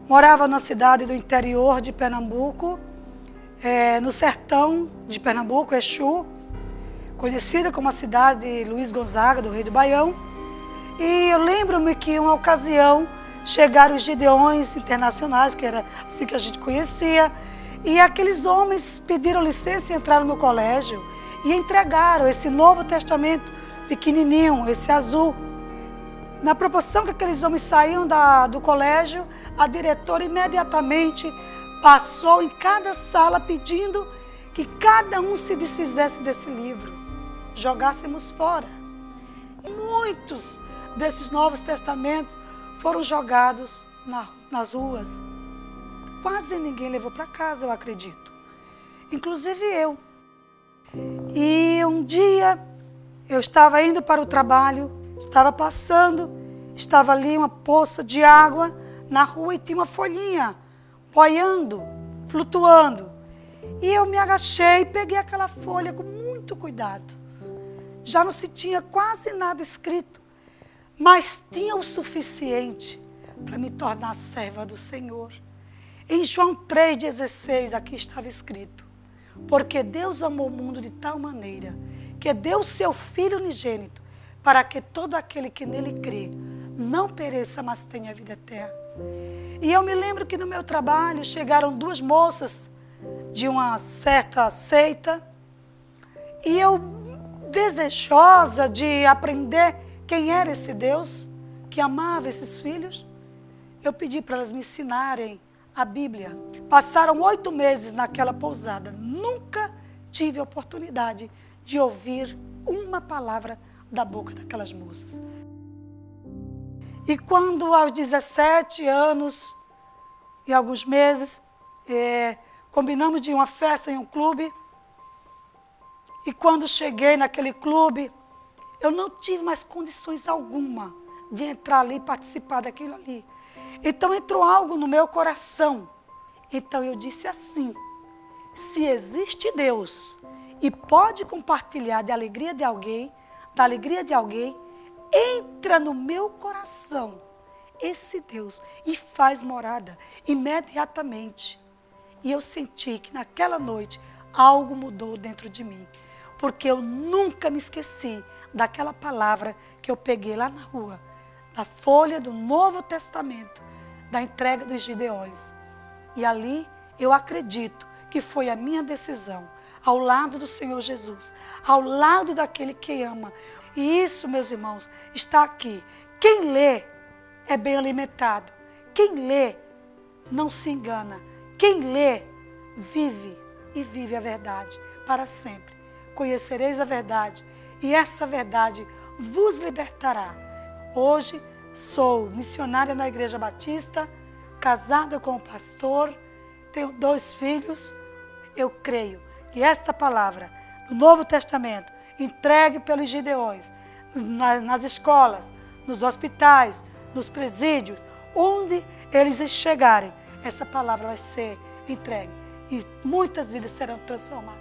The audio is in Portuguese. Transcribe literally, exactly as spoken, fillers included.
morava na cidade do interior de Pernambuco, é, no sertão de Pernambuco, Exu, conhecida como a cidade de Luiz Gonzaga, do Rei do Baião. E eu lembro-me que, em uma ocasião, chegaram os Gideões internacionais, que era assim que a gente conhecia, e aqueles homens pediram licença e entraram no colégio e entregaram esse Novo Testamento pequenininho, esse azul. Na proporção que aqueles homens saíam da, do colégio, a diretora imediatamente passou em cada sala pedindo que cada um se desfizesse desse livro, jogássemos fora. E muitos desses Novos Testamentos foram jogados na, nas ruas. Quase ninguém levou para casa, eu acredito. Inclusive eu. E um dia eu estava indo para o trabalho, estava passando, estava ali uma poça de água na rua e tinha uma folhinha boiando, flutuando. E eu me agachei e peguei aquela folha com muito cuidado. Já não se tinha quase nada escrito, mas tinha o suficiente para me tornar serva do Senhor. Em João três, dezesseis, aqui estava escrito: porque Deus amou o mundo de tal maneira que deu o seu Filho unigênito, para que todo aquele que nele crê não pereça, mas tenha vida eterna. E eu me lembro que no meu trabalho chegaram duas moças de uma certa seita, e eu, desejosa de aprender quem era esse Deus que amava esses filhos, eu pedi para elas me ensinarem a Bíblia. Passaram oito meses naquela pousada. Nunca tive a oportunidade de ouvir uma palavra da boca daquelas moças. E quando aos dezessete anos e alguns meses, é, combinamos de ir uma festa em um clube, e quando cheguei naquele clube, eu não tive mais condições alguma de entrar ali e participar daquilo ali. Então entrou algo no meu coração. Então eu disse assim: se existe Deus e pode compartilhar da alegria de alguém, da alegria de alguém, entra no meu coração esse Deus e faz morada imediatamente. E eu senti que naquela noite algo mudou dentro de mim, porque eu nunca me esqueci daquela palavra que eu peguei lá na rua, da folha do Novo Testamento, da entrega dos Gideões. E ali eu acredito que foi a minha decisão, ao lado do Senhor Jesus, ao lado daquele que ama. E isso, meus irmãos, está aqui. Quem lê é bem alimentado. Quem lê não se engana. Quem lê vive e vive a verdade para sempre. Conhecereis a verdade e essa verdade vos libertará. Hoje sou missionária na Igreja Batista, casada com um pastor, tenho dois filhos. Eu creio que esta palavra do Novo Testamento, entregue pelos Gideões, nas escolas, nos hospitais, nos presídios, onde eles chegarem, essa palavra vai ser entregue e muitas vidas serão transformadas.